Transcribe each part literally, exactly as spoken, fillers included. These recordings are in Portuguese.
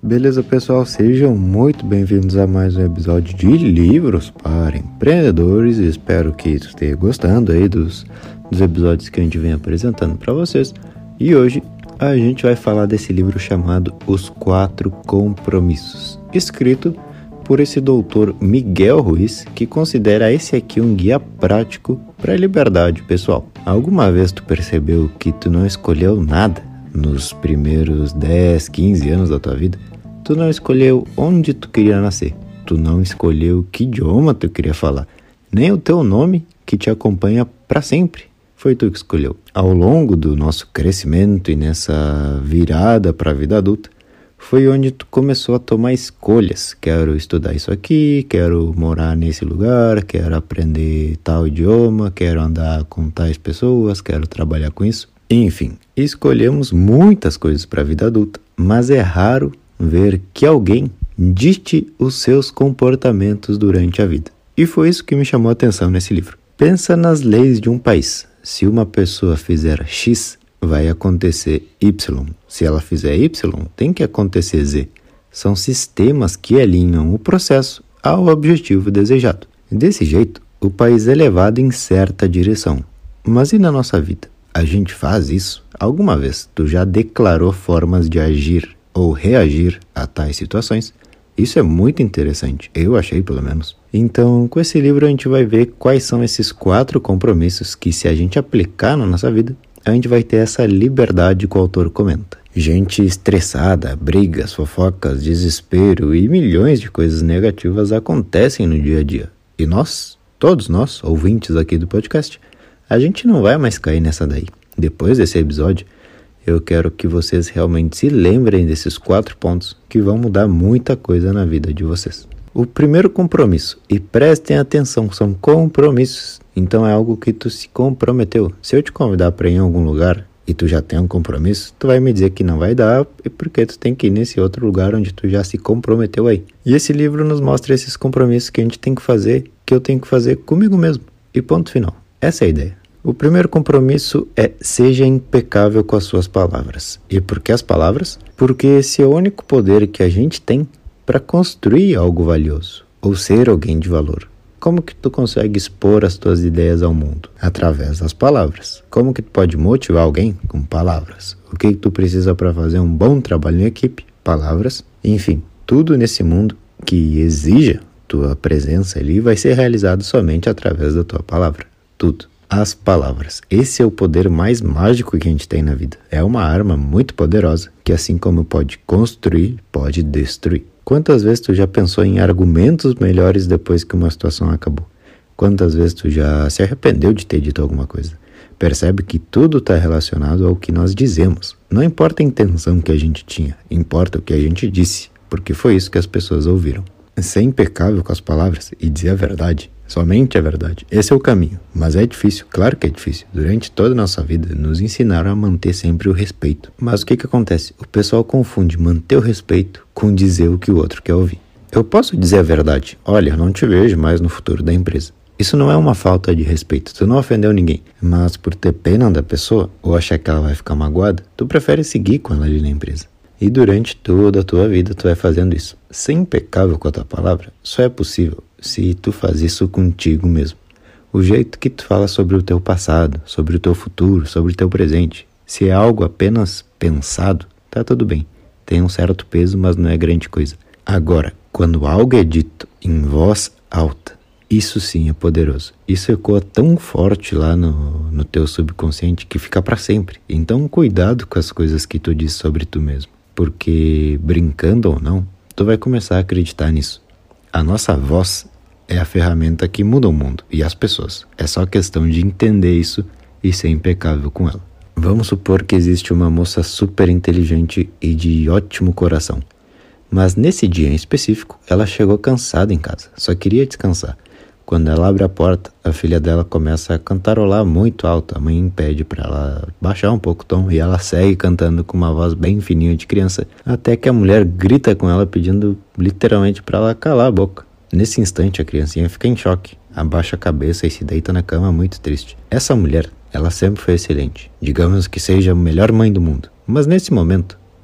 Beleza, pessoal? Sejam muito bem-vindos a mais um episódio de Livros para Empreendedores. Espero que você esteja gostando aí dos, dos episódios que a gente vem apresentando para vocês. E hoje a gente vai falar desse livro chamado Os Quatro Compromissos, escrito por esse doutor Miguel Ruiz, que considera esse aqui um guia prático para a liberdade pessoal. Alguma vez tu percebeu que tu não escolheu nada nos primeiros dez, quinze anos da tua vida? Tu não escolheu onde tu queria nascer, tu não escolheu que idioma tu queria falar, nem o teu nome que te acompanha para sempre. Foi tu que escolheu. Ao longo do nosso crescimento e nessa virada para a vida adulta, foi onde tu começou a tomar escolhas. Quero estudar isso aqui, quero morar nesse lugar, quero aprender tal idioma, quero andar com tais pessoas, quero trabalhar com isso. Enfim, escolhemos muitas coisas para a vida adulta, mas é raro ver que alguém dite os seus comportamentos durante a vida. E foi isso que me chamou a atenção nesse livro. Pensa nas leis de um país. Se uma pessoa fizer X, vai acontecer Y. Se ela fizer Y, tem que acontecer Z. São sistemas que alinham o processo ao objetivo desejado. Desse jeito, o país é levado em certa direção. Mas e na nossa vida? A gente faz isso? Alguma vez tu já declarou formas de agir ou reagir a tais situações? Isso é muito interessante, eu achei pelo menos. Então, com esse livro a gente vai ver quais são esses quatro compromissos que, se a gente aplicar na nossa vida, a gente vai ter essa liberdade que o autor comenta. Gente estressada, brigas, fofocas, desespero e milhões de coisas negativas acontecem no dia a dia. E nós, todos nós, ouvintes aqui do podcast, a gente não vai mais cair nessa daí. Depois desse episódio, eu quero que vocês realmente se lembrem desses quatro pontos que vão mudar muita coisa na vida de vocês. O primeiro compromisso, e prestem atenção, são compromissos. Então é algo que tu se comprometeu. Se eu te convidar para ir em algum lugar e tu já tem um compromisso, tu vai me dizer que não vai dar, porque tu tem que ir nesse outro lugar onde tu já se comprometeu aí. E esse livro nos mostra esses compromissos que a gente tem que fazer, que eu tenho que fazer comigo mesmo. E ponto final. Essa é a ideia. O primeiro compromisso é: seja impecável com as suas palavras. E por que as palavras? Porque esse é o único poder que a gente tem para construir algo valioso, ou ser alguém de valor. Como que tu consegue expor as tuas ideias ao mundo? Através das palavras. Como que tu pode motivar alguém? Com palavras. O que, que tu precisa para fazer um bom trabalho em equipe? Palavras. Enfim, tudo nesse mundo que exija tua presença ali vai ser realizado somente através da tua palavra. Tudo. As palavras. Esse é o poder mais mágico que a gente tem na vida. É uma arma muito poderosa que, assim como pode construir, pode destruir. Quantas vezes tu já pensou em argumentos melhores depois que uma situação acabou? Quantas vezes tu já se arrependeu de ter dito alguma coisa? Percebe que tudo está relacionado ao que nós dizemos. Não importa a intenção que a gente tinha, importa o que a gente disse, porque foi isso que as pessoas ouviram. Ser impecável com as palavras e dizer a verdade, somente a verdade. Esse é o caminho, mas é difícil, claro que é difícil. Durante toda a nossa vida nos ensinaram a manter sempre o respeito. Mas o que que acontece? O pessoal confunde manter o respeito com dizer o que o outro quer ouvir. Eu posso dizer a verdade: olha, eu não te vejo mais no futuro da empresa. Isso não é uma falta de respeito, tu não ofendeu ninguém. Mas por ter pena da pessoa ou achar que ela vai ficar magoada, tu prefere seguir com ela ali na empresa. E durante toda a tua vida tu vai fazendo isso. Ser impecável com a tua palavra só é possível se tu faz isso contigo mesmo. O jeito que tu fala sobre o teu passado, sobre o teu futuro, sobre o teu presente, se é algo apenas pensado, tá tudo bem. Tem um certo peso, mas não é grande coisa. Agora, quando algo é dito em voz alta, isso sim é poderoso. Isso ecoa tão forte lá no, no teu subconsciente que fica para sempre. Então cuidado com as coisas que tu diz sobre tu mesmo. Porque, brincando ou não, tu vai começar a acreditar nisso. A nossa voz é a ferramenta que muda o mundo e as pessoas. É só questão de entender isso e ser impecável com ela. Vamos supor que existe uma moça super inteligente e de ótimo coração. Mas nesse dia em específico, ela chegou cansada em casa, só queria descansar. Quando ela abre a porta, a filha dela começa a cantarolar muito alto. A mãe pede para ela baixar um pouco o tom e ela segue cantando com uma voz bem fininha de criança, até que a mulher grita com ela pedindo literalmente para ela calar a boca. Nesse instante a criancinha fica em choque, abaixa a cabeça e se deita na cama muito triste. Essa mulher, ela sempre foi excelente, digamos que seja a melhor mãe do mundo, mas nesse momento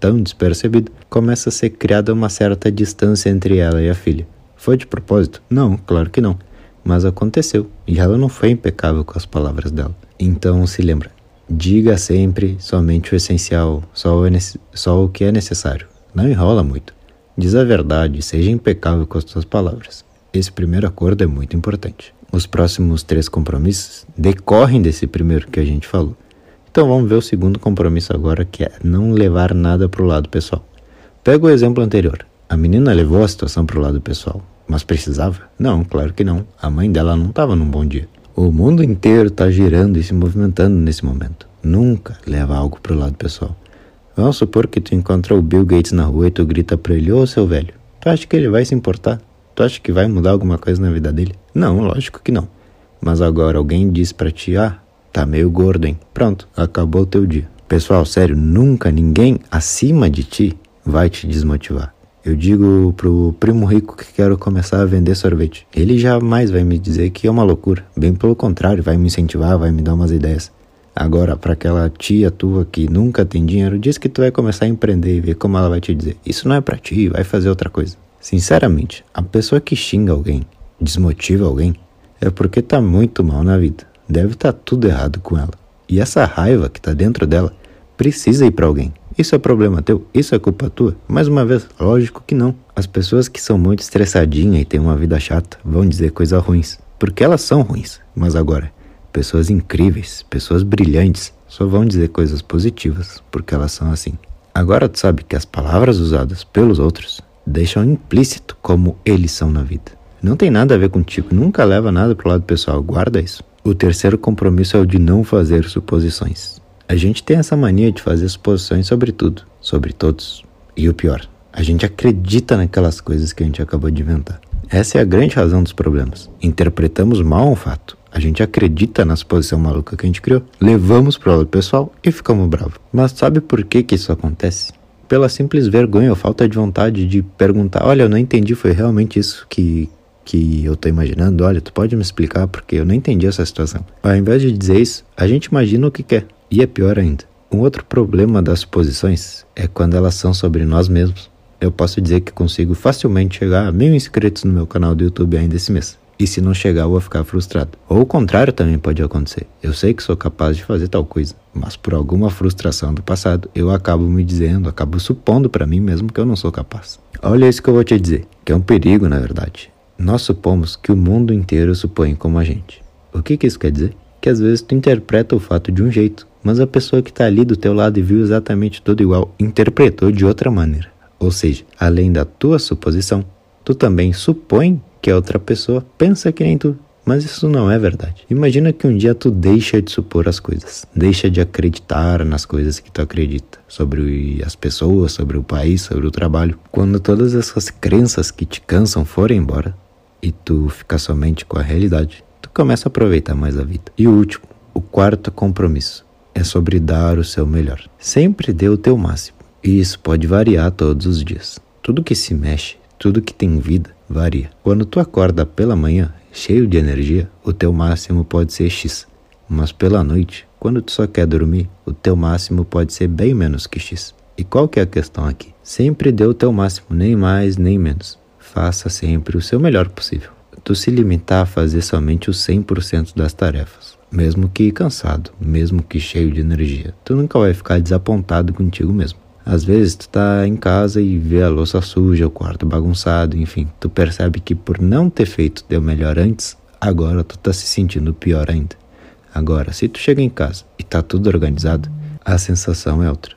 tão despercebido, começa a ser criada uma certa distância entre ela e a filha. Foi de propósito? Não, claro que não. Mas aconteceu, e ela não foi impecável com as palavras dela. Então se lembra, diga sempre somente o essencial, só o, só o que é necessário. Não enrola muito. Diz a verdade, seja impecável com as suas palavras. Esse primeiro acordo é muito importante. Os próximos três compromissos decorrem desse primeiro que a gente falou. Então vamos ver o segundo compromisso agora, que é não levar nada para o lado pessoal. Pega o exemplo anterior. A menina levou a situação para o lado pessoal, mas precisava? Não, claro que não. A mãe dela não estava num bom dia. O mundo inteiro está girando e se movimentando nesse momento. Nunca leva algo para o lado pessoal. Vamos supor que tu encontra o Bill Gates na rua e tu grita para ele: ô seu velho, tu acha que ele vai se importar? Tu acha que vai mudar alguma coisa na vida dele? Não, lógico que não. Mas agora alguém diz para ti: ah, tá meio gordo, hein? Pronto, acabou o teu dia. Pessoal, sério, nunca ninguém acima de ti vai te desmotivar. Eu digo pro primo rico que quero começar a vender sorvete. Ele jamais vai me dizer que é uma loucura. Bem pelo contrário, vai me incentivar, vai me dar umas ideias. Agora, para aquela tia tua que nunca tem dinheiro, diz que tu vai começar a empreender e ver como ela vai te dizer: isso não é pra ti, vai fazer outra coisa. Sinceramente, a pessoa que xinga alguém, desmotiva alguém, é porque tá muito mal na vida. Deve estar tudo errado com ela. E essa raiva que tá dentro dela precisa ir pra alguém. Isso é problema teu? Isso é culpa tua? Mais uma vez, lógico que não. As pessoas que são muito estressadinhas e têm uma vida chata vão dizer coisas ruins, porque elas são ruins. Mas agora, pessoas incríveis, pessoas brilhantes, só vão dizer coisas positivas, porque elas são assim. Agora tu sabe que as palavras usadas pelos outros deixam implícito como eles são na vida. Não tem nada a ver contigo, nunca leva nada pro lado pessoal, guarda isso. O terceiro compromisso é o de não fazer suposições. A gente tem essa mania de fazer suposições sobre tudo, sobre todos. E o pior, a gente acredita naquelas coisas que a gente acabou de inventar. Essa é a grande razão dos problemas. Interpretamos mal um fato. A gente acredita na suposição maluca que a gente criou, levamos pro lado pessoal e ficamos bravos. Mas sabe por que que isso acontece? Pela simples vergonha ou falta de vontade de perguntar: olha, eu não entendi, foi realmente isso que... que eu tô imaginando? Olha, tu pode me explicar porque eu não entendi essa situação. Ao invés de dizer isso, a gente imagina o que quer. E é pior ainda. Um outro problema das suposições é quando elas são sobre nós mesmos. Eu posso dizer que consigo facilmente chegar a mil inscritos no meu canal do YouTube ainda esse mês. E se não chegar, eu vou ficar frustrado. Ou o contrário também pode acontecer. Eu sei que sou capaz de fazer tal coisa, mas por alguma frustração do passado, eu acabo me dizendo, acabo supondo pra mim mesmo que eu não sou capaz. Olha isso que eu vou te dizer, que é um perigo na verdade. Nós supomos que o mundo inteiro supõe como a gente. O que que isso quer dizer? Que às vezes tu interpreta o fato de um jeito, mas a pessoa que está ali do teu lado e viu exatamente tudo igual, interpretou de outra maneira. Ou seja, além da tua suposição, tu também supõe que a outra pessoa pensa que nem tu. Mas isso não é verdade. Imagina que um dia tu deixa de supor as coisas, deixa de acreditar nas coisas que tu acredita, sobre as pessoas, sobre o país, sobre o trabalho. Quando todas essas crenças que te cansam forem embora e tu fica somente com a realidade, tu começa a aproveitar mais a vida. E o último, o quarto compromisso, é sobre dar o seu melhor. Sempre dê o teu máximo. E isso pode variar todos os dias. Tudo que se mexe, tudo que tem vida, varia. Quando tu acorda pela manhã, cheio de energia, o teu máximo pode ser X. Mas pela noite, quando tu só quer dormir, o teu máximo pode ser bem menos que X. E qual que é a questão aqui? Sempre dê o teu máximo, nem mais, nem menos. Faça sempre o seu melhor possível. Tu se limitar a fazer somente os cem por cento das tarefas, mesmo que cansado, mesmo que cheio de energia, tu nunca vai ficar desapontado contigo mesmo. Às vezes tu tá em casa e vê a louça suja, o quarto bagunçado, enfim, tu percebe que por não ter feito teu melhor antes, agora tu tá se sentindo pior ainda. Agora, se tu chega em casa e tá tudo organizado, a sensação é outra.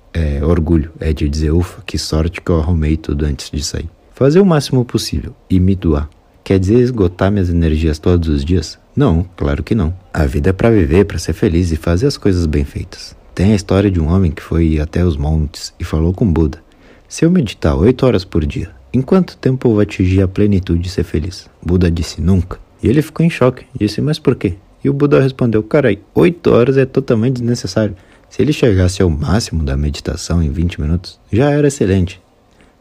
É orgulho, é de dizer, ufa, que sorte que eu arrumei tudo antes de sair. Fazer o máximo possível e me doar. Quer dizer esgotar minhas energias todos os dias? Não, claro que não. A vida é pra viver, pra ser feliz e fazer as coisas bem feitas. Tem a história de um homem que foi até os montes e falou com Buda: se eu meditar oito horas por dia, em quanto tempo eu vou atingir a plenitude de ser feliz? Buda disse: nunca. E ele ficou em choque, disse: mas por quê? E o Buda respondeu: carai, oito horas é totalmente desnecessário. Se ele chegasse ao máximo da meditação em vinte minutos, já era excelente.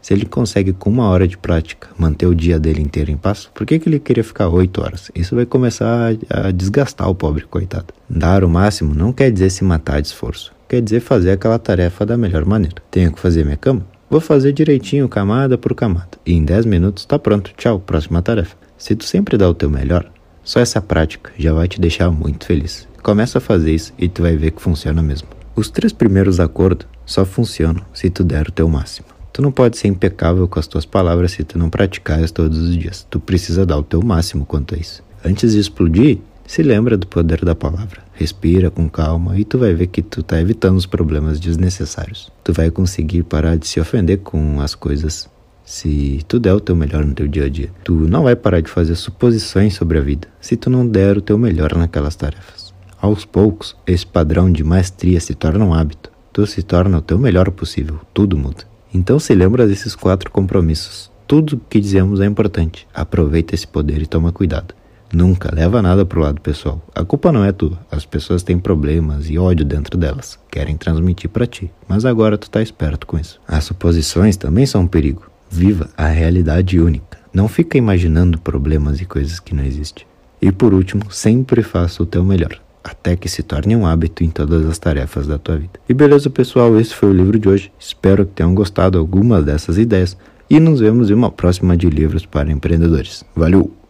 Se ele consegue com uma hora de prática manter o dia dele inteiro em paz, por que, que ele queria ficar oito horas? Isso vai começar a, a desgastar o pobre coitado. Dar o máximo não quer dizer se matar de esforço, quer dizer fazer aquela tarefa da melhor maneira. Tenho que fazer minha cama? Vou fazer direitinho, camada por camada. E em dez minutos tá pronto, tchau, próxima tarefa. Se tu sempre dá o teu melhor, só essa prática já vai te deixar muito feliz. Começa a fazer isso e tu vai ver que funciona mesmo. Os três primeiros acordos só funcionam se tu der o teu máximo. Tu não pode ser impecável com as tuas palavras se tu não praticares todos os dias. Tu precisa dar o teu máximo quanto a isso. Antes de explodir, se lembra do poder da palavra. Respira com calma e tu vai ver que tu tá evitando os problemas desnecessários. Tu vai conseguir parar de se ofender com as coisas se tu der o teu melhor no teu dia a dia. Tu não vai parar de fazer suposições sobre a vida se tu não der o teu melhor naquelas tarefas. Aos poucos, esse padrão de maestria se torna um hábito. Tu se torna o teu melhor possível. Tudo muda. Então se lembra desses quatro compromissos. Tudo que dizemos é importante. Aproveita esse poder e toma cuidado. Nunca leva nada pro lado pessoal. A culpa não é tua. As pessoas têm problemas e ódio dentro delas. Querem transmitir pra ti. Mas agora tu tá esperto com isso. As suposições também são um perigo. Viva a realidade única. Não fica imaginando problemas e coisas que não existem. E por último, sempre faça o teu melhor. Até que se torne um hábito em todas as tarefas da tua vida. E beleza, pessoal, esse foi o livro de hoje. Espero que tenham gostado algumas dessas ideias e nos vemos em uma próxima de livros para empreendedores. Valeu!